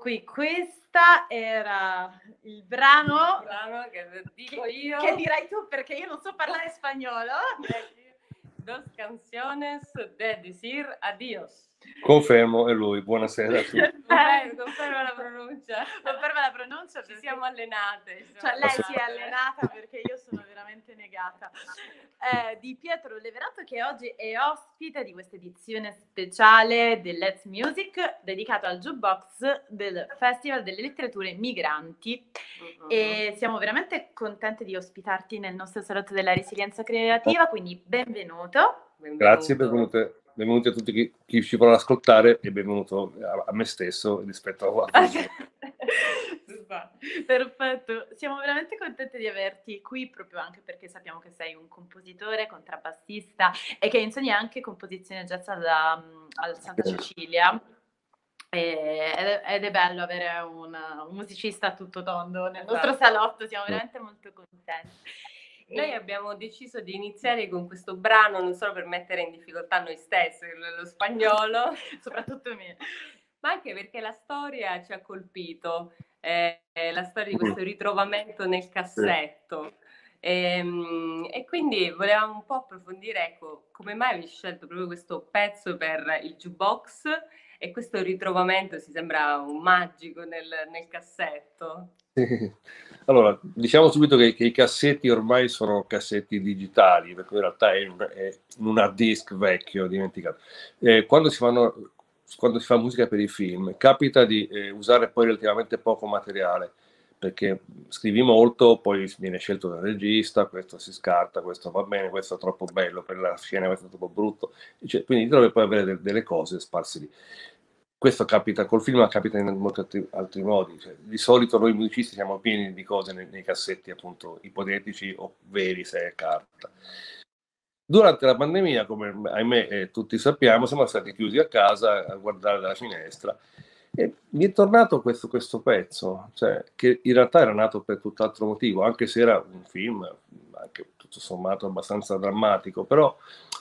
qui, questa era il brano che dico io. Che dirai tu perché io non so parlare spagnolo. Dos canciones de decir adios. Confermo, è lui. Buonasera a tutti. Conferma la pronuncia. Conferma la pronuncia. Ci siamo allenate. Cioè lei si è allenata perché io sono veramente negata. Di Pietro Leverato, che oggi è ospite di questa edizione speciale del Let's Music dedicato al jukebox del Festival delle Letterature Migranti. E siamo veramente contenti di ospitarti nel nostro salotto della resilienza creativa, quindi benvenuto. Grazie, benvenuti a tutti chi ci vuole ascoltare e benvenuto a me stesso rispetto a voi. Perfetto, siamo veramente contenti di averti qui proprio anche perché sappiamo che sei un compositore, contrabbassista e che insegni anche composizione jazz al Santa Cecilia. Ed è bello avere un musicista a tutto tondo nel nostro salotto, siamo veramente molto contenti. Noi abbiamo deciso di iniziare con questo brano non solo per mettere in difficoltà noi stessi, lo spagnolo, soprattutto me, ma anche perché la storia ci ha colpito, la storia di questo ritrovamento nel cassetto. E quindi volevamo un po' approfondire, ecco, come mai avevi scelto proprio questo pezzo per il jukebox e questo ritrovamento si sembra un magico nel cassetto. Allora, diciamo subito che i cassetti ormai sono cassetti digitali, perché in realtà è un hard disk vecchio, dimenticato. Quando si fa musica per i film, capita di usare poi relativamente poco materiale, perché scrivi molto, poi viene scelto dal regista, questo si scarta, questo va bene, questo è troppo bello per la scena, questo è troppo brutto, quindi trovi poi avere delle cose sparse lì. Questo capita col film, ma capita in molti altri modi. Cioè, di solito noi musicisti siamo pieni di cose nei cassetti, appunto, ipotetici o veri, se è carta. Durante la pandemia, come ahimè tutti sappiamo, siamo stati chiusi a casa a guardare dalla finestra e mi è tornato questo pezzo, cioè, che in realtà era nato per tutt'altro motivo, anche se era un film, anche tutto sommato abbastanza drammatico, però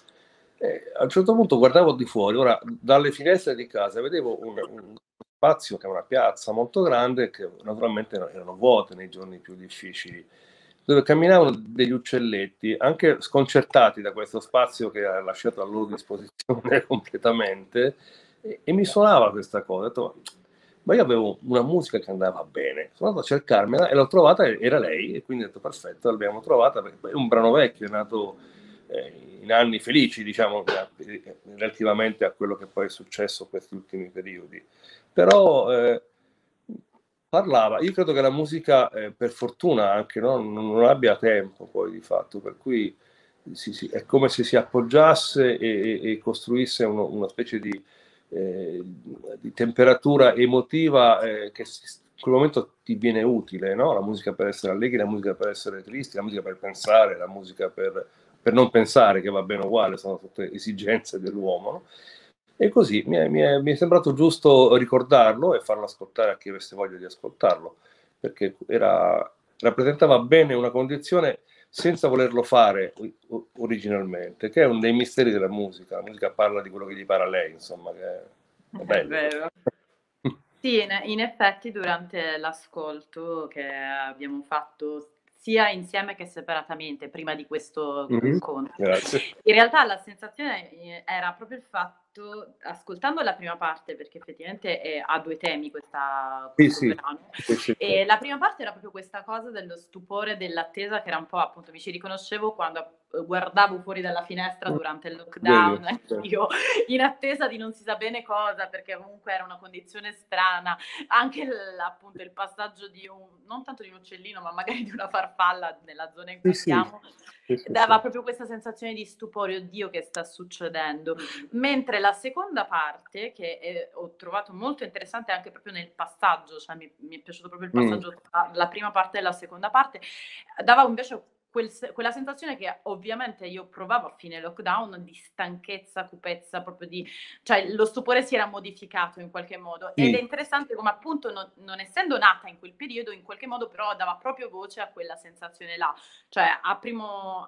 a un certo punto guardavo di fuori, ora dalle finestre di casa vedevo un spazio che è una piazza molto grande, che naturalmente erano vuote nei giorni più difficili, dove camminavano degli uccelletti, anche sconcertati da questo spazio che era lasciato a loro disposizione completamente, e mi suonava questa cosa. Ho detto, ma io avevo una musica che andava bene, sono andato a cercarmela e l'ho trovata, era lei, e quindi ho detto perfetto, l'abbiamo trovata, è un brano vecchio, è nato in anni felici, diciamo, relativamente a quello che poi è successo in questi ultimi periodi. Però parlava, io credo che la musica, per fortuna anche, no, non abbia tempo poi di fatto, per cui è come se si appoggiasse e costruisse una specie di temperatura emotiva che in quel momento ti viene utile, no? La musica per essere allegri, la musica per essere tristi, la musica per pensare, la musica per non pensare, che va bene uguale, sono tutte esigenze dell'uomo, no? E così mi è sembrato giusto ricordarlo e farlo ascoltare a chi avesse voglia di ascoltarlo, perché rappresentava bene una condizione senza volerlo fare originalmente, che è uno dei misteri della musica. La musica parla di quello che gli pare a lei, insomma, che è bello. È vero. Sì, in effetti durante l'ascolto che abbiamo fatto sia insieme che separatamente prima di questo incontro, in realtà la sensazione era proprio il fatto, ascoltando la prima parte, perché effettivamente ha due temi questo brano, e la prima parte era proprio questa cosa dello stupore, dell'attesa, che era un po', appunto, mi ci riconoscevo quando guardavo fuori dalla finestra durante il lockdown, anch'io in attesa di non si sa bene cosa, perché comunque era una condizione strana, anche appunto il passaggio di non tanto di un uccellino, ma magari di una farfalla nella zona in cui siamo, dava proprio questa sensazione di stupore, oddio che sta succedendo. Mentre la seconda parte, che ho trovato molto interessante anche proprio nel passaggio, cioè mi è piaciuto proprio il passaggio tra la prima parte e la seconda parte, dava invece quella sensazione che ovviamente io provavo a fine lockdown, di stanchezza, cupezza, proprio cioè lo stupore si era modificato in qualche modo, ed è interessante come appunto non essendo nata in quel periodo, in qualche modo però dava proprio voce a quella sensazione là, cioè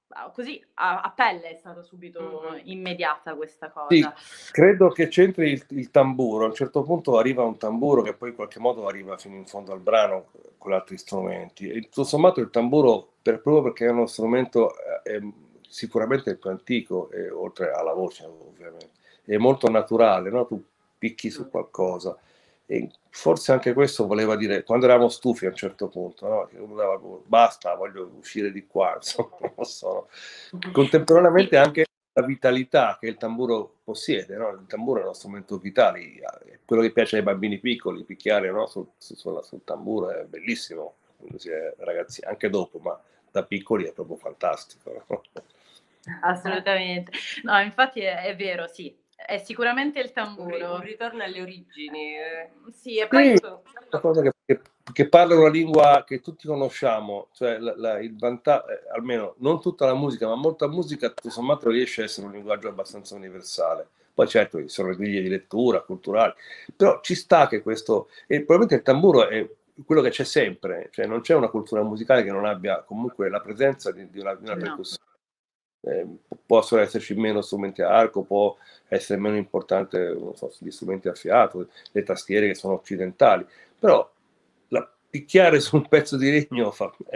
così a pelle è stata subito immediata questa cosa. Sì, credo che c'entri il tamburo. A un certo punto arriva un tamburo che poi in qualche modo arriva fino in fondo al brano con altri strumenti. E tutto sommato il tamburo, proprio perché è uno strumento sicuramente il più antico, oltre alla voce ovviamente, è molto naturale, no? Tu picchi su qualcosa. E forse anche questo voleva dire, quando eravamo stufi a un certo punto, no? Che uno dava, basta, voglio uscire di qua, insomma, non so. Contemporaneamente anche la vitalità che il tamburo possiede, no? Il tamburo è uno strumento vitale, è quello che piace ai bambini piccoli, picchiare, no? sul tamburo è bellissimo, quando si è ragazzi, anche dopo, ma da piccoli è proprio fantastico. No? Assolutamente. No, infatti è vero, sì. È sicuramente il tamburo. Un ritorno alle origini. Sì, e poi una cosa che parla una lingua che tutti conosciamo, cioè il vantaggio, almeno non tutta la musica, ma molta musica tutto sommato riesce a essere un linguaggio abbastanza universale. Poi certo ci sono le griglie di lettura culturali, però ci sta che questo, e probabilmente il tamburo è quello che c'è sempre, cioè non c'è una cultura musicale che non abbia comunque la presenza di una percussione. Possono esserci meno strumenti a arco, può essere meno importante, non so, gli strumenti a fiato, le tastiere che sono occidentali, però picchiare su un pezzo di legno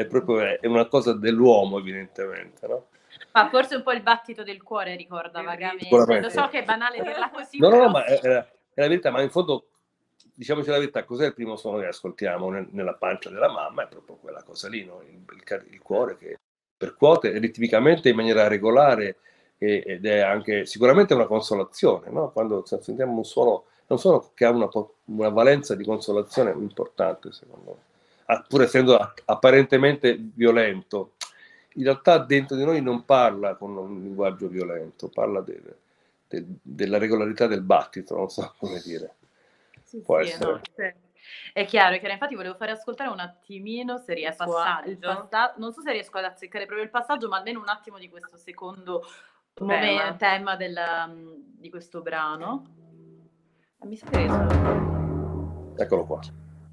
è una cosa dell'uomo, evidentemente, no? Ma forse un po' il battito del cuore ricorda vagamente. Lo so che è banale dirla così. No, però... no, ma è la verità, ma in fondo, diciamoci la verità, cos'è il primo suono che ascoltiamo nella pancia della mamma? È proprio quella cosa lì, no? Il cuore che percuote ritmicamente in maniera regolare ed è anche sicuramente una consolazione, no? Quando sentiamo un suono che ha una valenza di consolazione importante, secondo me, pur essendo apparentemente violento, in realtà dentro di noi non parla con un linguaggio violento, parla della regolarità del battito, non so come dire. Sì, può essere. No, è chiaro, infatti volevo fare ascoltare un attimino se riesco non so se riesco ad azzeccare proprio il passaggio, ma almeno un attimo di questo secondo tema di questo brano. Mi sa che riesco. Eccolo qua.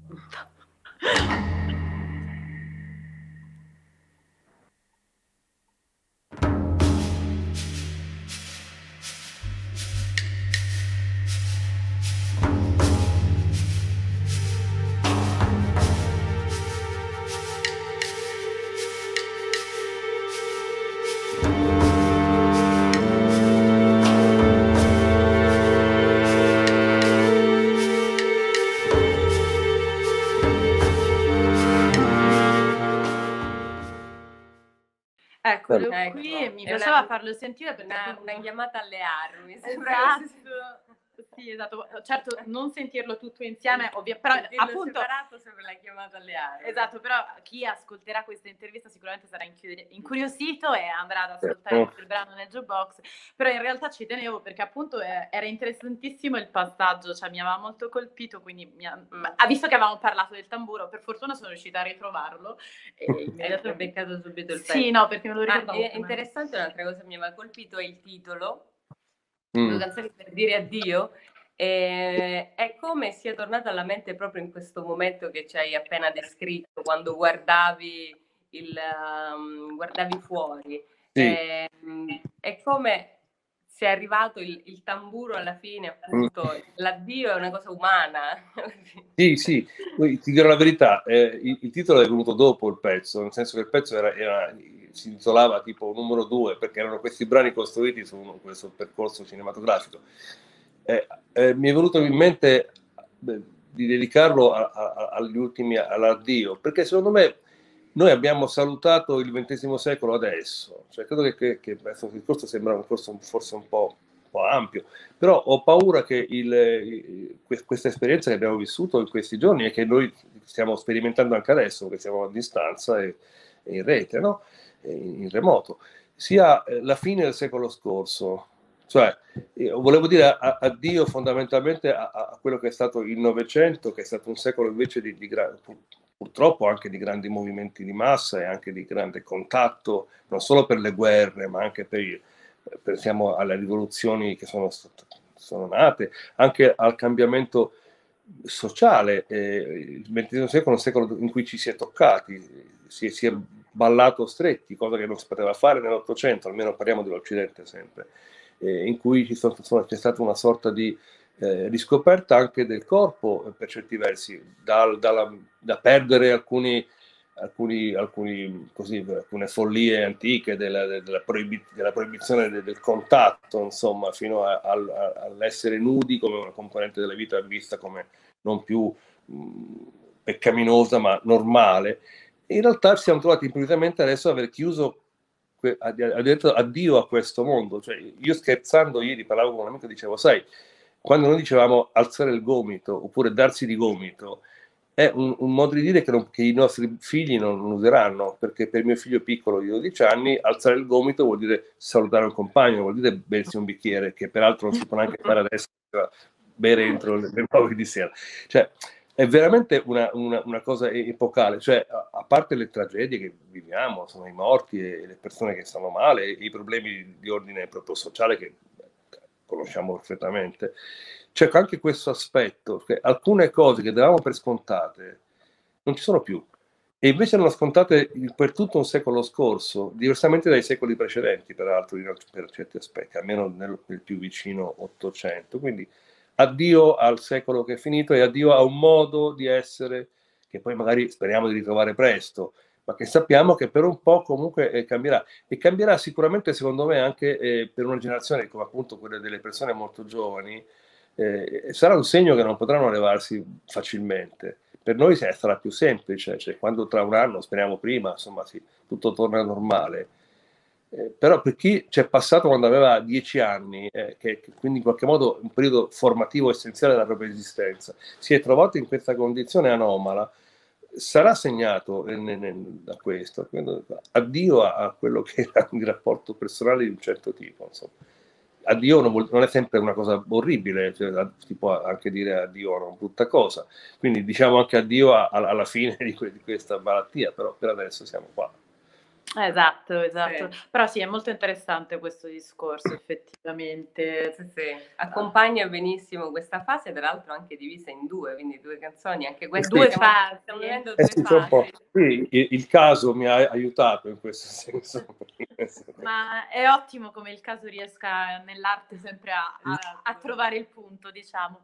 Eccolo qui, mi piaceva farlo sentire perché una chiamata alle armi. Esatto. Sì, esatto. Certo, non sentirlo tutto insieme, però appunto separato sembra la chiamata alle armi. Esatto, però chi ascolterà questa intervista sicuramente sarà incuriosito e andrà ad ascoltare il brano nel jukebox, però in realtà ci tenevo perché appunto era interessantissimo il passaggio, cioè mi aveva molto colpito, quindi visto che avevamo parlato del tamburo, per fortuna sono riuscita a ritrovarlo e hai beccato subito il pezzo. Sì, no, perché me lo ricordavo. È interessante, un'altra cosa che mi aveva colpito è il titolo. Due canzoni per dire addio, è come sia tornata alla mente proprio in questo momento che ci hai appena descritto, quando guardavi fuori. Sì. È come se è arrivato il tamburo alla fine, appunto, l'addio è una cosa umana. Sì, ti dirò la verità, il titolo è venuto dopo il pezzo, nel senso che il pezzo si intitolava tipo numero 2, perché erano questi brani costruiti su questo percorso cinematografico. Mi è venuto in mente di dedicarlo agli ultimi, all'addio, perché secondo me noi abbiamo salutato il XX secolo adesso, cioè credo che questo discorso sembra un corso forse un po' ampio, però ho paura che questa esperienza che abbiamo vissuto in questi giorni e che noi stiamo sperimentando anche adesso, che siamo a distanza e in rete, no? In remoto, sia la fine del secolo scorso. Cioè, volevo dire addio fondamentalmente a quello che è stato il Novecento, che è stato un secolo invece purtroppo anche di grandi movimenti di massa e anche di grande contatto, non solo per le guerre, ma anche pensiamo alle rivoluzioni che sono nate, anche al cambiamento sociale. Il XX secolo è un secolo in cui ci si è toccati, si è ballato stretti, cosa che non si poteva fare nell'Ottocento, almeno parliamo dell'Occidente sempre, in cui c'è stata una sorta di riscoperta anche del corpo per certi versi, da perdere alcune follie antiche della proibizione del contatto, insomma, fino all'essere nudi come una componente della vita vista come non più peccaminosa ma normale. E in realtà ci siamo trovati improvvisamente adesso ad aver chiuso, ha detto addio a questo mondo. Cioè, io scherzando ieri parlavo con un amico e dicevo, sai, quando noi dicevamo alzare il gomito oppure darsi di gomito, è un modo di dire che i nostri figli non useranno, perché per mio figlio piccolo di 12 anni alzare il gomito vuol dire salutare un compagno, vuol dire bersi un bicchiere, che peraltro non si può neanche fare adesso, bere entro le 9 di sera. Cioè, è veramente una cosa epocale, cioè a parte le tragedie che viviamo, sono i morti e le persone che stanno male, e i problemi di ordine proprio sociale che conosciamo perfettamente, c'è anche questo aspetto, che alcune cose che davamo per scontate non ci sono più, e invece erano scontate per tutto un secolo scorso, diversamente dai secoli precedenti, peraltro, per certi aspetti, almeno nel più vicino Ottocento. Quindi addio al secolo che è finito e addio a un modo di essere che poi magari speriamo di ritrovare presto, ma che sappiamo che per un po' comunque cambierà, e cambierà sicuramente, secondo me, anche per una generazione come appunto quella delle persone molto giovani. Sarà un segno che non potranno levarsi facilmente. Per noi sarà più semplice, cioè, quando tra un anno, speriamo prima, insomma, tutto torna normale. Però per chi c'è passato quando aveva 10 anni, che quindi in qualche modo un periodo formativo essenziale della propria esistenza, si è trovato in questa condizione anomala, sarà segnato da questo. Quindi, addio a quello che era un rapporto personale di un certo tipo, insomma. Addio non è sempre una cosa orribile, cioè, si può anche dire addio a una brutta cosa, quindi diciamo anche addio alla fine di questa malattia, però per adesso siamo qua. Esatto. Sì. Però sì, è molto interessante questo discorso, effettivamente. Sì. Accompagna benissimo questa fase, tra l'altro anche divisa in due, quindi 2 canzoni, anche queste. Due fasi. Stiamo vivendo 2 fasi. Sì, il caso mi ha aiutato in questo senso. Ma è ottimo come il caso riesca nell'arte sempre a trovare il punto, diciamo.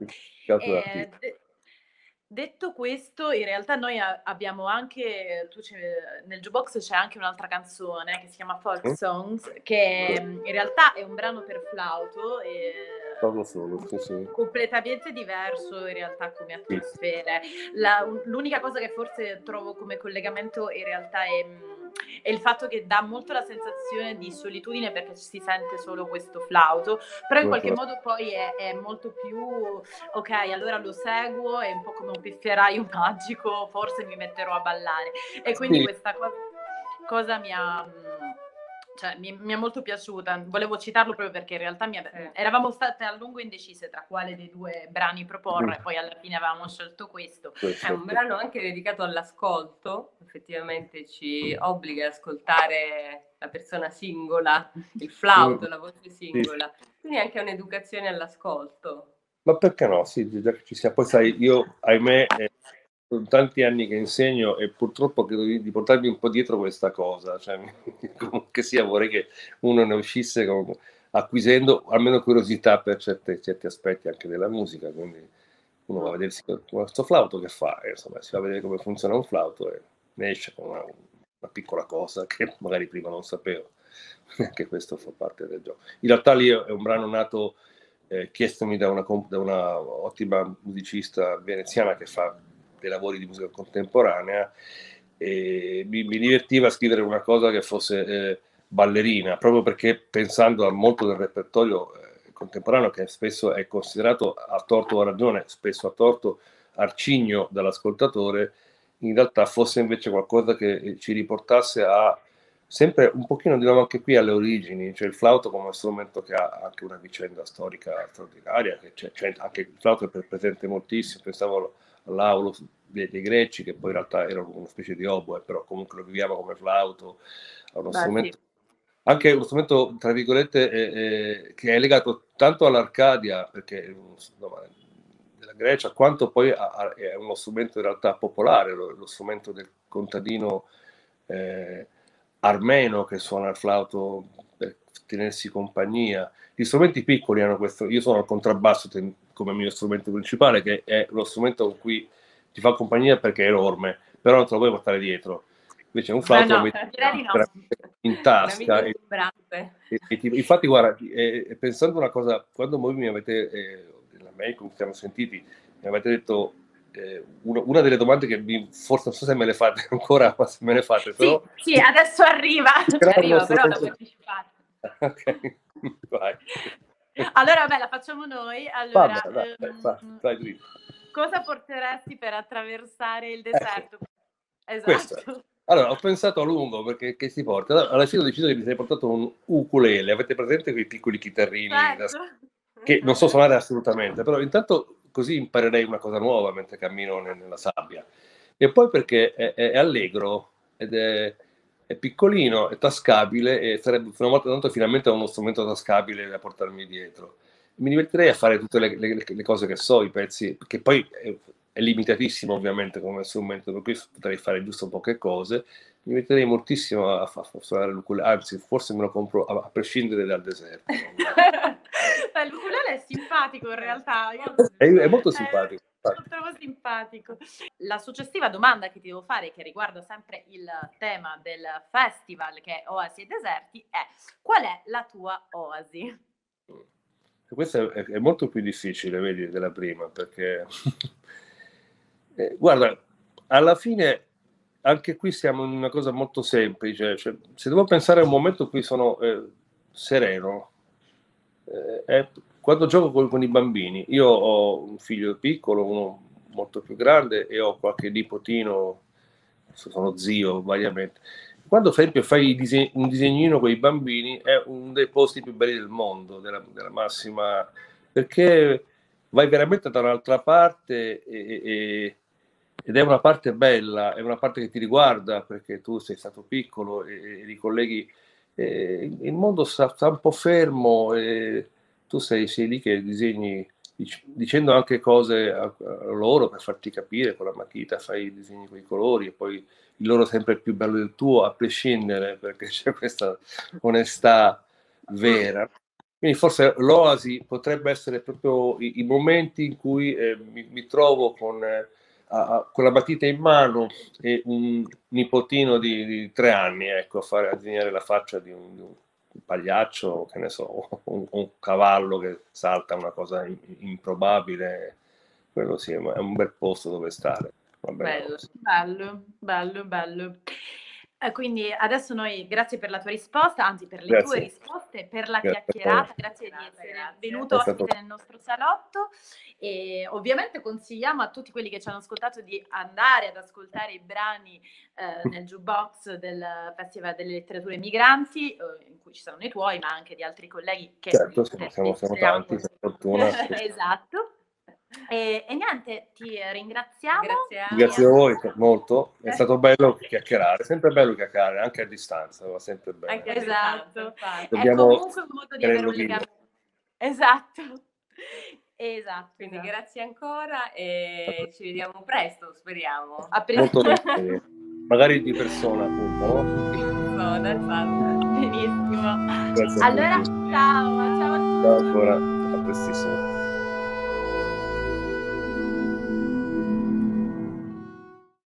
Detto questo, in realtà noi abbiamo anche, nel jukebox c'è anche un'altra canzone che si chiama Folk Songs, che in realtà è un brano per flauto e completamente diverso in realtà come atmosfere. L'unica cosa che forse trovo come collegamento in realtà è il fatto che dà molto la sensazione di solitudine, perché si sente solo questo flauto, però in qualche modo poi è molto più ok, allora lo seguo, è un po' come un pifferaio magico, forse mi metterò a ballare, e quindi questa cosa mi è molto piaciuta. Volevo citarlo proprio perché in realtà eravamo state a lungo indecise tra quale dei due brani proporre, e poi alla fine avevamo scelto questo. È un brano anche dedicato all'ascolto, effettivamente ci obbliga ad ascoltare la persona singola, il flauto, la voce singola, quindi anche un'educazione all'ascolto. Ma perché no? Sì, già che ci sia. Poi sai, io, ahimè, sono tanti anni che insegno e purtroppo credo di portarmi un po' dietro questa cosa. Cioè, comunque sia, vorrei che uno ne uscisse acquisendo almeno curiosità per certi aspetti anche della musica. Quindi uno va a vedersi questo flauto che fa, e insomma, si va a vedere come funziona un flauto e ne esce con una piccola cosa che magari prima non sapevo. Anche questo fa parte del gioco. In realtà lì è un brano nato, chiestomi da una ottima musicista veneziana che fa dei lavori di musica contemporanea, e mi divertiva a scrivere una cosa che fosse ballerina, proprio perché pensando a molto del repertorio contemporaneo, che spesso è considerato, a torto o a ragione, spesso a torto, arcigno dall'ascoltatore, in realtà fosse invece qualcosa che ci riportasse a sempre un pochino di nuovo anche qui alle origini, cioè il flauto come strumento che ha anche una vicenda storica straordinaria, che c'è anche il flauto è presente moltissimo, pensavo all'aulo dei greci, che poi in realtà era una specie di oboe, però comunque lo viviamo come flauto, è uno strumento, anche uno strumento tra virgolette che è legato tanto all'Arcadia, perché insomma, della Grecia, quanto poi è uno strumento in realtà popolare, lo strumento del contadino armeno che suona il flauto per tenersi compagnia. Gli strumenti piccoli hanno questo. Io sono al contrabbasso come mio strumento principale, che è lo strumento con cui ti fa compagnia perché è enorme, però non te lo puoi portare dietro. Invece un flauto no, in tasca. Infatti, guarda, pensando una cosa, quando voi mi avete, nella mail con cui siamo sentiti, mi avete detto una delle domande che forse non so se me le fate ancora, ma se me le fate, però... Sì, adesso arriva però da partecipare. Ok, vai. Allora, vabbè, la facciamo noi. Allora, vai. Cosa porteresti per attraversare il deserto? Esatto. Questo. Allora, ho pensato a lungo perché che si porta. Alla fine ho deciso che mi sarei portato un ukulele. Avete presente quei piccoli chitarrini? Che non so suonare assolutamente, però intanto così imparerei una cosa nuova mentre cammino nella sabbia. E poi perché è allegro ed è piccolino, è tascabile e sarebbe una volta tanto finalmente uno strumento tascabile da portarmi dietro. Mi divertirei a fare tutte le cose che so, i pezzi, che poi è limitatissimo ovviamente come strumento, per cui potrei fare giusto poche cose. Mi metterei moltissimo a suonare l'ukulele, anzi forse me lo compro a prescindere dal deserto. L'ukulele è simpatico in realtà. È molto simpatico. Lo trovo simpatico. La successiva domanda che ti devo fare, che riguarda sempre il tema del festival, che è Oasi e Deserti, è: qual è la tua oasi? Questa è molto più difficile, vedi, della prima, perché guarda, alla fine anche qui siamo in una cosa molto semplice. Cioè, se devo pensare a un momento in cui sono sereno, è quando gioco con i bambini. Io ho un figlio piccolo, uno molto più grande, e ho qualche nipotino, sono zio variamente. Quando per esempio fai un disegnino con i bambini è uno dei posti più belli del mondo, della massima, perché vai veramente da un'altra parte ed è una parte bella, è una parte che ti riguarda perché tu sei stato piccolo e ricolleghi. Il mondo sta un po' fermo e tu sei lì che disegni dicendo anche cose a loro per farti capire con la matita, fai i disegni con i colori e poi il loro sempre più bello del tuo, a prescindere, perché c'è questa onestà vera. Quindi forse l'oasi potrebbe essere proprio i momenti in cui mi trovo con la matita in mano e un nipotino di 3 anni, ecco, a disegnare la faccia di un pagliaccio, che ne so, un cavallo che salta, una cosa improbabile. Quello sì, è un bel posto dove stare. Bello. Quindi adesso noi, grazie per la tua risposta, anzi per le tue risposte, per la chiacchierata, grazie di essere venuto ospite nel nostro salotto, e ovviamente consigliamo a tutti quelli che ci hanno ascoltato di andare ad ascoltare i brani nel jukebox del Festival delle Letterature Migranti, in cui ci saranno i tuoi, ma anche di altri colleghi che siamo tanti, per fortuna. Esatto. E niente, ti ringraziamo. Grazie a voi molto, è stato bello chiacchierare, sempre bello chiacchierare, anche a distanza, va sempre bene. Esatto, è comunque un modo di avere un legame. Esatto. Quindi grazie ancora e ci vediamo presto, speriamo. Molto bene. Magari di persona, appunto, no? Di persona, esatto. Benissimo. Allora, ciao a tutti. Ciao ancora, a prestissimo.